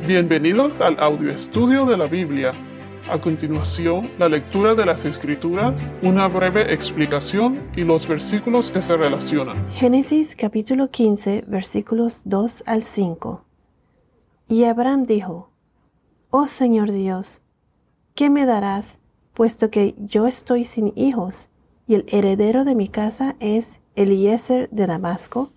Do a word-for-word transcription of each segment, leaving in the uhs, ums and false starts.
Bienvenidos al audio estudio de la Biblia. A continuación, la lectura de las Escrituras, una breve explicación y los versículos que se relacionan. Génesis capítulo quince, versículos dos al cinco. Y Abraham dijo: Oh Señor Dios, ¿qué me darás, puesto que yo estoy sin hijos, y el heredero de mi casa es Eliezer de Damasco?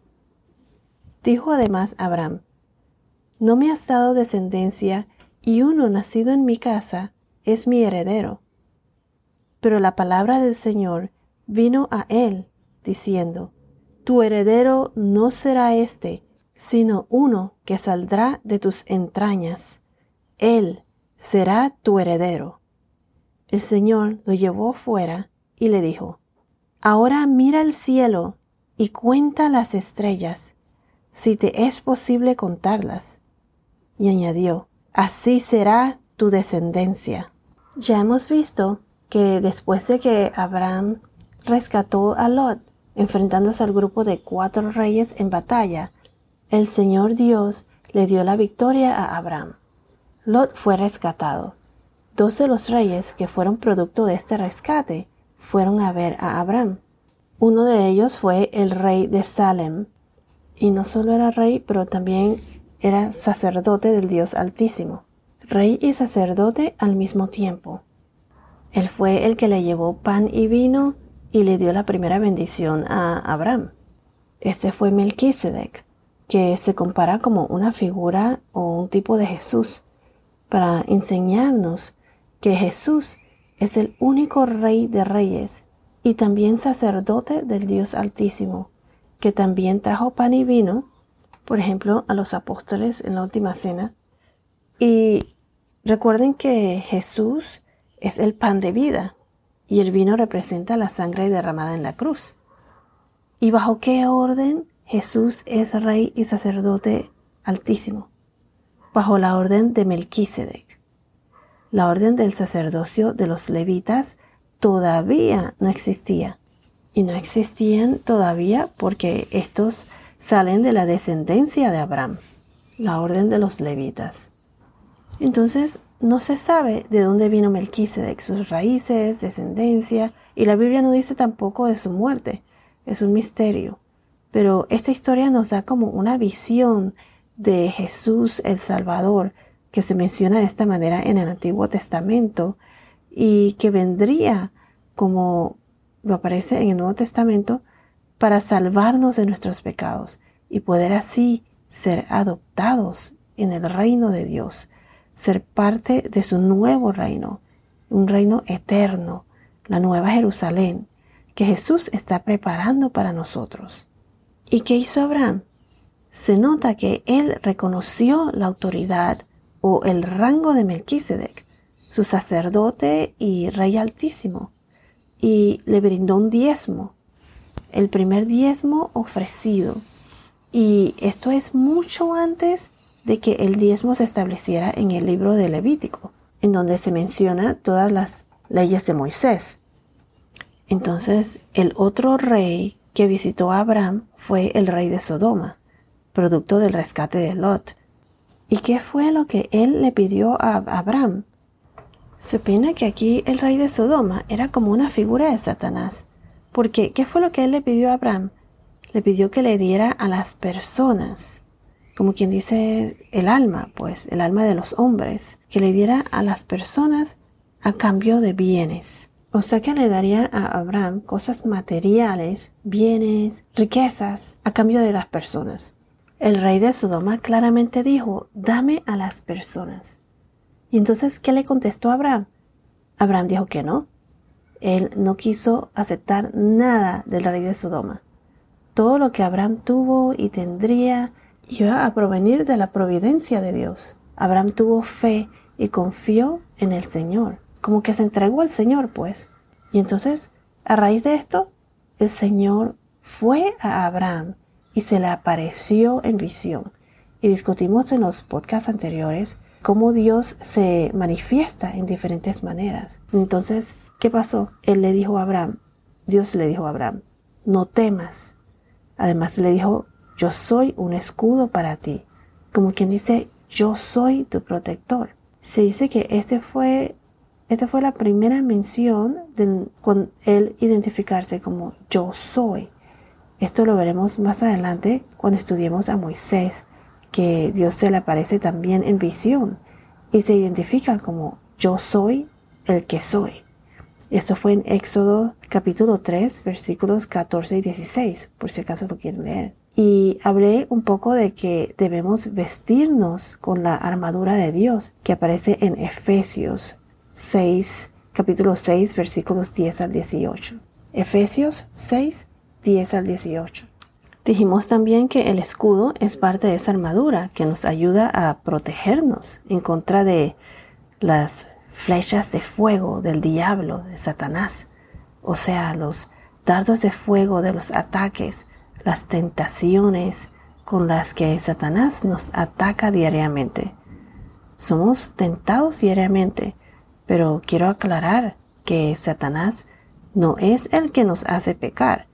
Dijo además Abraham: No me has dado descendencia, y uno nacido en mi casa es mi heredero. Pero la palabra del Señor vino a él, diciendo: Tu heredero no será éste, sino uno que saldrá de tus entrañas. Él será tu heredero. El Señor lo llevó fuera y le dijo: Ahora mira el cielo y cuenta las estrellas, si te es posible contarlas. Y añadió: Así será tu descendencia. Ya hemos visto que después de que Abraham rescató a Lot, enfrentándose al grupo de cuatro reyes en batalla, el Señor Dios le dio la victoria a Abraham. Lot fue rescatado. Dos de los reyes que fueron producto de este rescate fueron a ver a Abraham. Uno de ellos fue el rey de Salem, y no solo era rey, pero también era sacerdote del Dios Altísimo. Rey y sacerdote al mismo tiempo. Él fue el que le llevó pan y vino y le dio la primera bendición a Abraham. Este fue Melquisedec, que se compara como una figura o un tipo de Jesús, para enseñarnos que Jesús es el único Rey de Reyes y también sacerdote del Dios Altísimo, que también trajo pan y vino, por ejemplo, a los apóstoles en la última cena. Y recuerden que Jesús es el pan de vida y el vino representa la sangre derramada en la cruz. ¿Y bajo qué orden Jesús es rey y sacerdote altísimo? Bajo la orden de Melquisedec. La orden del sacerdocio de los levitas todavía no existía. Y no existían todavía porque estos salen de la descendencia de Abraham, la orden de los levitas. Entonces, no se sabe de dónde vino Melquisedec, sus raíces, descendencia, y la Biblia no dice tampoco de su muerte. Es un misterio. Pero esta historia nos da como una visión de Jesús el Salvador, que se menciona de esta manera en el Antiguo Testamento, y que vendría, como lo aparece en el Nuevo Testamento, para salvarnos de nuestros pecados y poder así ser adoptados en el reino de Dios, ser parte de su nuevo reino, un reino eterno, la nueva Jerusalén, que Jesús está preparando para nosotros. ¿Y qué hizo Abraham? Se nota que él reconoció la autoridad o el rango de Melquisedec, su sacerdote y rey altísimo, y le brindó un diezmo, el primer diezmo ofrecido. Y esto es mucho antes de que el diezmo se estableciera en el libro de Levítico, en donde se menciona todas las leyes de Moisés. Entonces, el otro rey que visitó a Abraham fue el rey de Sodoma, producto del rescate de Lot. ¿Y qué fue lo que él le pidió a Abraham? Se opina que aquí el rey de Sodoma era como una figura de Satanás. Porque, ¿qué fue lo que él le pidió a Abraham? Le pidió que le diera a las personas, como quien dice el alma, pues, el alma de los hombres, que le diera a las personas a cambio de bienes. O sea que le daría a Abraham cosas materiales, bienes, riquezas, a cambio de las personas. El rey de Sodoma claramente dijo: dame a las personas. Y entonces, ¿qué le contestó a Abraham? Abraham dijo que no. Él no quiso aceptar nada del rey de Sodoma. Todo lo que Abraham tuvo y tendría iba a provenir de la providencia de Dios. Abraham tuvo fe y confió en el Señor, como que se entregó al Señor, pues. Y entonces, a raíz de esto, el Señor fue a Abraham y se le apareció en visión. Y discutimos en los podcasts anteriores cómo Dios se manifiesta en diferentes maneras. Entonces, ¿qué pasó? Él le dijo a Abraham, Dios le dijo a Abraham: no temas. Además le dijo: yo soy un escudo para ti. Como quien dice, yo soy tu protector. Se dice que este fue, esta fue la primera mención de, con él identificarse como yo soy. Esto lo veremos más adelante cuando estudiemos a Moisés, que Dios se le aparece también en visión y se identifica como yo soy el que soy. Esto fue en Éxodo capítulo tres, versículos catorce y dieciséis, por si acaso lo quieren leer. Y hablé un poco de que debemos vestirnos con la armadura de Dios, que aparece en Efesios seis, capítulo seis, versículos diez al dieciocho. Efesios seis, diez al dieciocho. Dijimos también que el escudo es parte de esa armadura que nos ayuda a protegernos en contra de las flechas de fuego del diablo, de Satanás. O sea, los dardos de fuego de los ataques, las tentaciones con las que Satanás nos ataca diariamente. Somos tentados diariamente, pero quiero aclarar que Satanás no es el que nos hace pecar.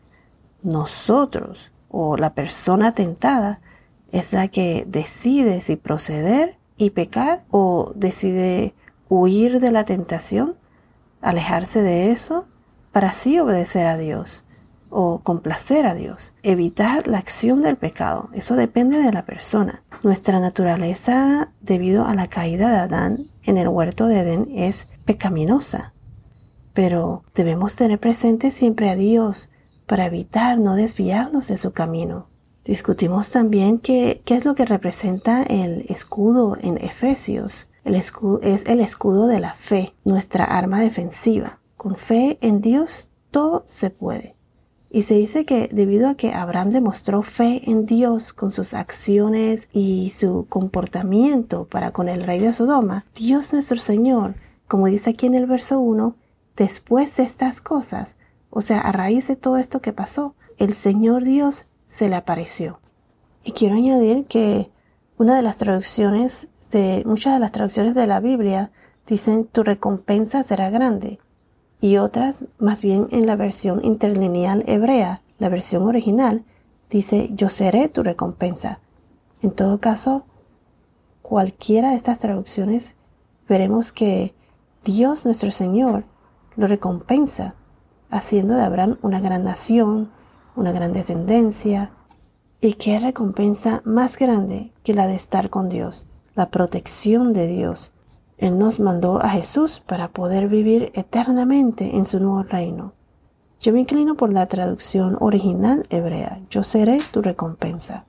Nosotros o la persona tentada es la que decide si proceder y pecar o decide huir de la tentación, alejarse de eso para así obedecer a Dios o complacer a Dios, evitar la acción del pecado. Eso depende de la persona. Nuestra naturaleza, debido a la caída de Adán en el huerto de Edén, es pecaminosa. Pero debemos tener presente siempre a Dios para evitar no desviarnos de su camino. Discutimos también que, qué es lo que representa el escudo en Efesios. El escudo es el escudo de la fe, nuestra arma defensiva. Con fe en Dios todo se puede. Y se dice que debido a que Abraham demostró fe en Dios con sus acciones y su comportamiento para con el rey de Sodoma, Dios nuestro Señor, como dice aquí en el verso uno, después de estas cosas, o sea, a raíz de todo esto que pasó, el Señor Dios se le apareció. Y quiero añadir que una de las traducciones, de muchas de las traducciones de la Biblia, dicen tu recompensa será grande. Y otras, más bien en la versión interlineal hebrea, la versión original, dice yo seré tu recompensa. En todo caso, cualquiera de estas traducciones, veremos que Dios nuestro Señor lo recompensa, haciendo de Abraham una gran nación, una gran descendencia. ¿Y qué recompensa más grande que la de estar con Dios? La protección de Dios. Él nos mandó a Jesús para poder vivir eternamente en su nuevo reino. Yo me inclino por la traducción original hebrea. Yo seré tu recompensa.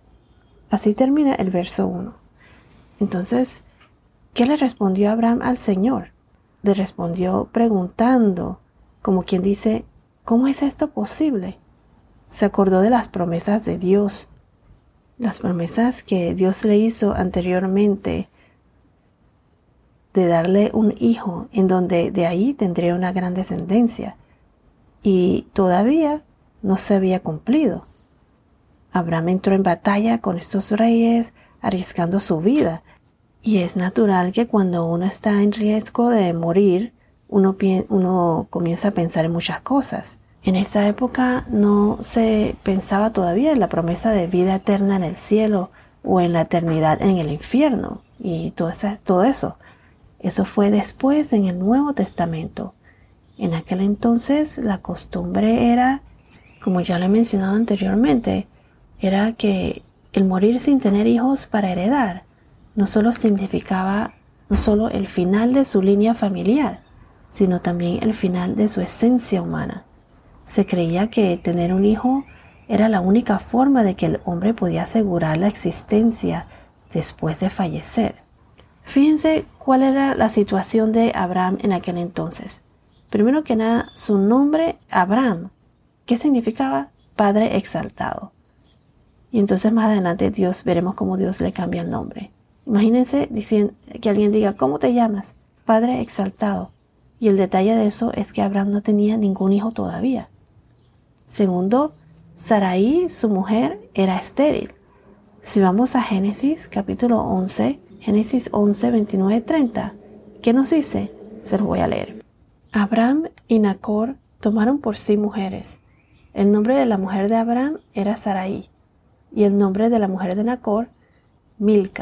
Así termina el verso uno. Entonces, ¿qué le respondió Abraham al Señor? Le respondió preguntando, como quien dice, ¿cómo es esto posible? Se acordó de las promesas de Dios, las promesas que Dios le hizo anteriormente de darle un hijo en donde de ahí tendría una gran descendencia. Y todavía no se había cumplido. Abraham entró en batalla con estos reyes, arriesgando su vida. Y es natural que cuando uno está en riesgo de morir, uno, uno comienza a pensar en muchas cosas. En esta época no se pensaba todavía en la promesa de vida eterna en el cielo o en la eternidad en el infierno y todo eso. Todo eso. Eso fue después en el Nuevo Testamento. En aquel entonces la costumbre era, como ya lo he mencionado anteriormente, era que el morir sin tener hijos para heredar no solo significaba no solo el final de su línea familiar, sino también el final de su esencia humana. Se creía que tener un hijo era la única forma de que el hombre podía asegurar la existencia después de fallecer. Fíjense cuál era la situación de Abraham en aquel entonces. Primero que nada, su nombre, Abraham, ¿qué significaba? Padre exaltado. Y entonces más adelante Dios, veremos cómo Dios le cambia el nombre. Imagínense diciendo, que alguien diga, ¿cómo te llamas? Padre exaltado. Y el detalle de eso es que Abraham no tenía ningún hijo todavía. Segundo, Sarai, su mujer, era estéril. Si vamos a Génesis capítulo once, Génesis once, veintinueve, treinta, ¿qué nos dice? Se los voy a leer. Abraham y Nacor tomaron por sí mujeres. El nombre de la mujer de Abraham era Sarai, y el nombre de la mujer de Nacor, Milca,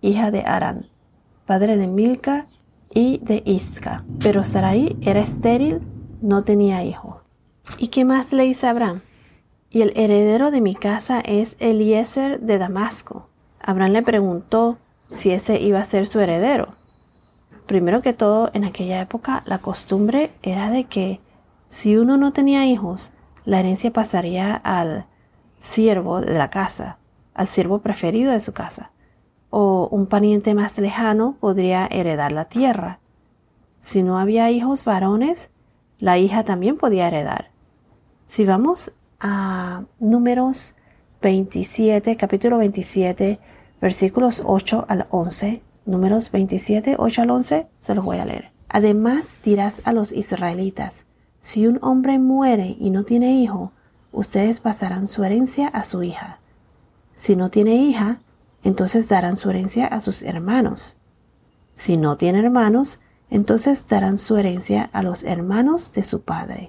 hija de Harán, padre de Milca y de Isca. Pero Sarai era estéril, no tenía hijo. ¿Y qué más le dice Abraham? Y el heredero de mi casa es Eliezer de Damasco. Abraham le preguntó si ese iba a ser su heredero. Primero que todo, en aquella época la costumbre era de que si uno no tenía hijos, la herencia pasaría al siervo de la casa, al siervo preferido de su casa, o un pariente más lejano podría heredar la tierra. Si no había hijos varones, la hija también podía heredar. Si vamos a Números veintisiete, capítulo veintisiete, versículos ocho al once, Números veintisiete, ocho al once, se los voy a leer. Además dirás a los israelitas, si un hombre muere y no tiene hijo, ustedes pasarán su herencia a su hija. Si no tiene hija, entonces darán su herencia a sus hermanos. Si no tiene hermanos, entonces darán su herencia a los hermanos de su padre.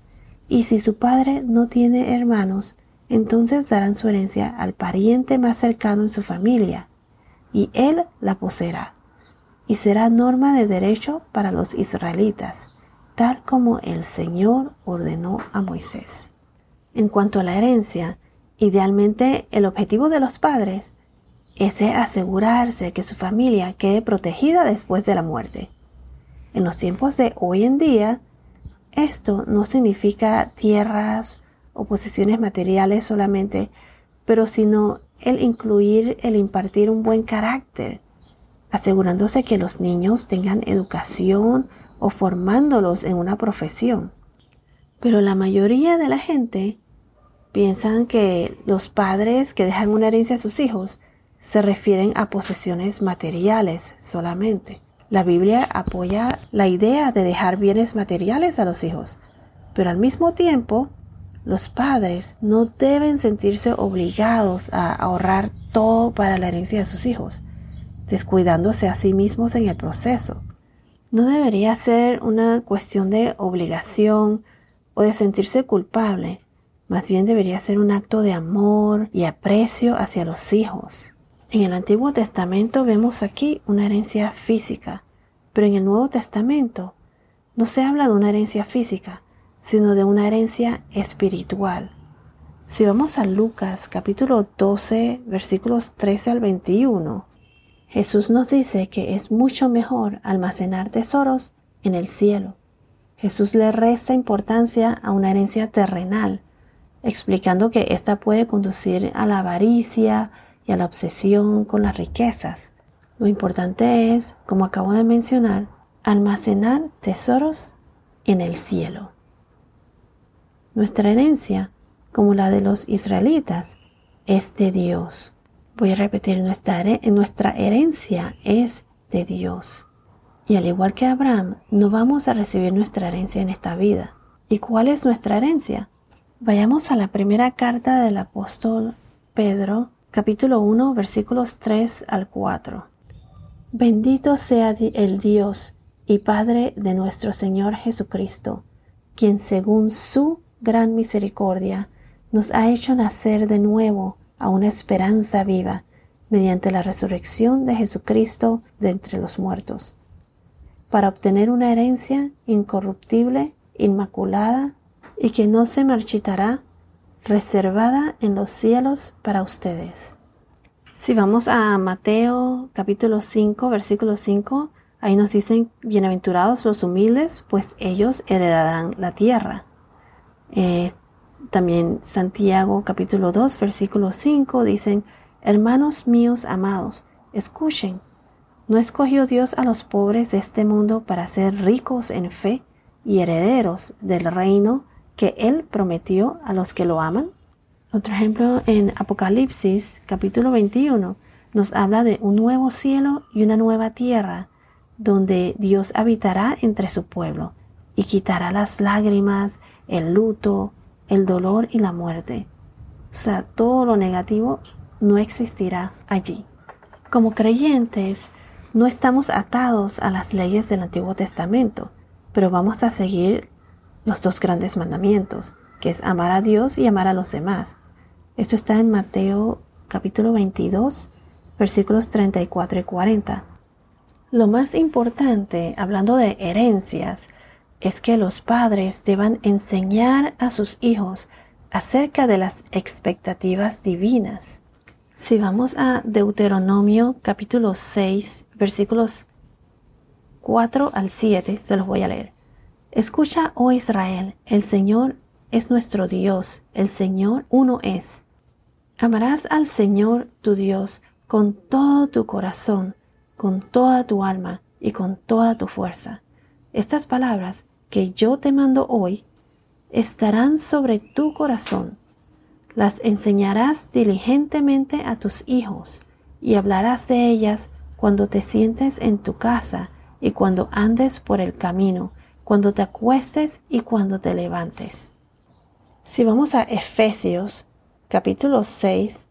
Y si su padre no tiene hermanos, entonces darán su herencia al pariente más cercano en su familia, y él la poseerá, y será norma de derecho para los israelitas, tal como el Señor ordenó a Moisés. En cuanto a la herencia, idealmente el objetivo de los padres es asegurarse que su familia quede protegida después de la muerte. En los tiempos de hoy en día, esto no significa tierras o posesiones materiales solamente, pero sino el incluir, el impartir un buen carácter, asegurándose que los niños tengan educación o formándolos en una profesión. Pero la mayoría de la gente piensan que los padres que dejan una herencia a sus hijos se refieren a posesiones materiales solamente. La Biblia apoya la idea de dejar bienes materiales a los hijos, pero al mismo tiempo, los padres no deben sentirse obligados a ahorrar todo para la herencia de sus hijos, descuidándose a sí mismos en el proceso. No debería ser una cuestión de obligación o de sentirse culpable, más bien debería ser un acto de amor y aprecio hacia los hijos. En el Antiguo Testamento vemos aquí una herencia física, pero en el Nuevo Testamento no se habla de una herencia física, sino de una herencia espiritual. Si vamos a Lucas capítulo doce, versículos trece al veintiuno, Jesús nos dice que es mucho mejor almacenar tesoros en el cielo. Jesús le resta importancia a una herencia terrenal, explicando que ésta puede conducir a la avaricia y a la obsesión con las riquezas. Lo importante es, como acabo de mencionar, almacenar tesoros en el cielo. Nuestra herencia, como la de los israelitas, es de Dios. Voy a repetir, nuestra, nuestra herencia es de Dios. Y al igual que Abraham, no vamos a recibir nuestra herencia en esta vida. ¿Y cuál es nuestra herencia? Vayamos a la primera carta del apóstol Pedro, capítulo uno, versículos tres al cuatro. Bendito sea el Dios y Padre de nuestro Señor Jesucristo, quien según su gran misericordia nos ha hecho nacer de nuevo a una esperanza viva mediante la resurrección de Jesucristo de entre los muertos, para obtener una herencia incorruptible, inmaculada y que no se marchitará, reservada en los cielos para ustedes. Si vamos a Mateo capítulo cinco, versículo cinco, ahí nos dicen, bienaventurados los humildes, pues ellos heredarán la tierra. Eh, también Santiago capítulo dos, versículo cinco, dicen, hermanos míos amados, escuchen, ¿no escogió Dios a los pobres de este mundo para ser ricos en fe y herederos del reino que Él prometió a los que lo aman? Otro ejemplo en Apocalipsis capítulo veintiuno nos habla de un nuevo cielo y una nueva tierra donde Dios habitará entre su pueblo y quitará las lágrimas, el luto, el dolor y la muerte. O sea, todo lo negativo no existirá allí. Como creyentes, no estamos atados a las leyes del Antiguo Testamento, pero vamos a seguir los dos grandes mandamientos, que es amar a Dios y amar a los demás. Esto está en Mateo capítulo veintidós, versículos treinta y cuatro y cuarenta. Lo más importante, hablando de herencias, es que los padres deban enseñar a sus hijos acerca de las expectativas divinas. Si vamos a Deuteronomio capítulo seis, versículos cuatro al siete, se los voy a leer. Escucha, oh Israel, el Señor es nuestro Dios, el Señor uno es. Amarás al Señor tu Dios con todo tu corazón, con toda tu alma y con toda tu fuerza. Estas palabras que yo te mando hoy estarán sobre tu corazón. Las enseñarás diligentemente a tus hijos y hablarás de ellas cuando te sientes en tu casa y cuando andes por el camino, cuando te acuestes y cuando te levantes. Si vamos a Efesios capítulo seis,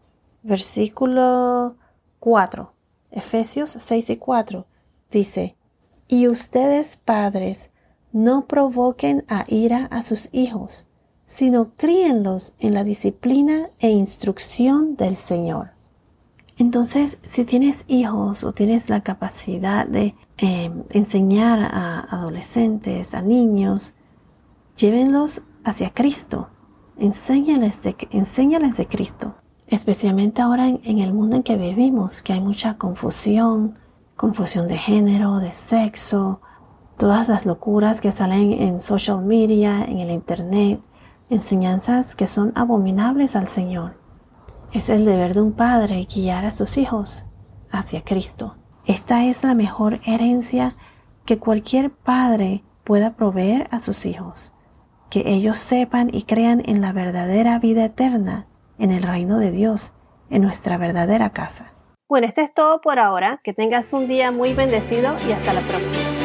versículo cuatro. Efesios seis y cuatro dice: Y ustedes, padres, no provoquen a ira a sus hijos, sino críenlos en la disciplina e instrucción del Señor. Entonces, si tienes hijos o tienes la capacidad de eh, enseñar a adolescentes, a niños, llévenlos hacia Cristo. Enséñales de, enséñales de Cristo. Especialmente ahora en, en el mundo en que vivimos, que hay mucha confusión, confusión de género, de sexo, todas las locuras que salen en social media, en el internet, enseñanzas que son abominables al Señor. Es el deber de un padre guiar a sus hijos hacia Cristo. Esta es la mejor herencia que cualquier padre pueda proveer a sus hijos, que ellos sepan y crean en la verdadera vida eterna, en el reino de Dios, en nuestra verdadera casa. Bueno, esto es todo por ahora. Que tengas un día muy bendecido y hasta la próxima.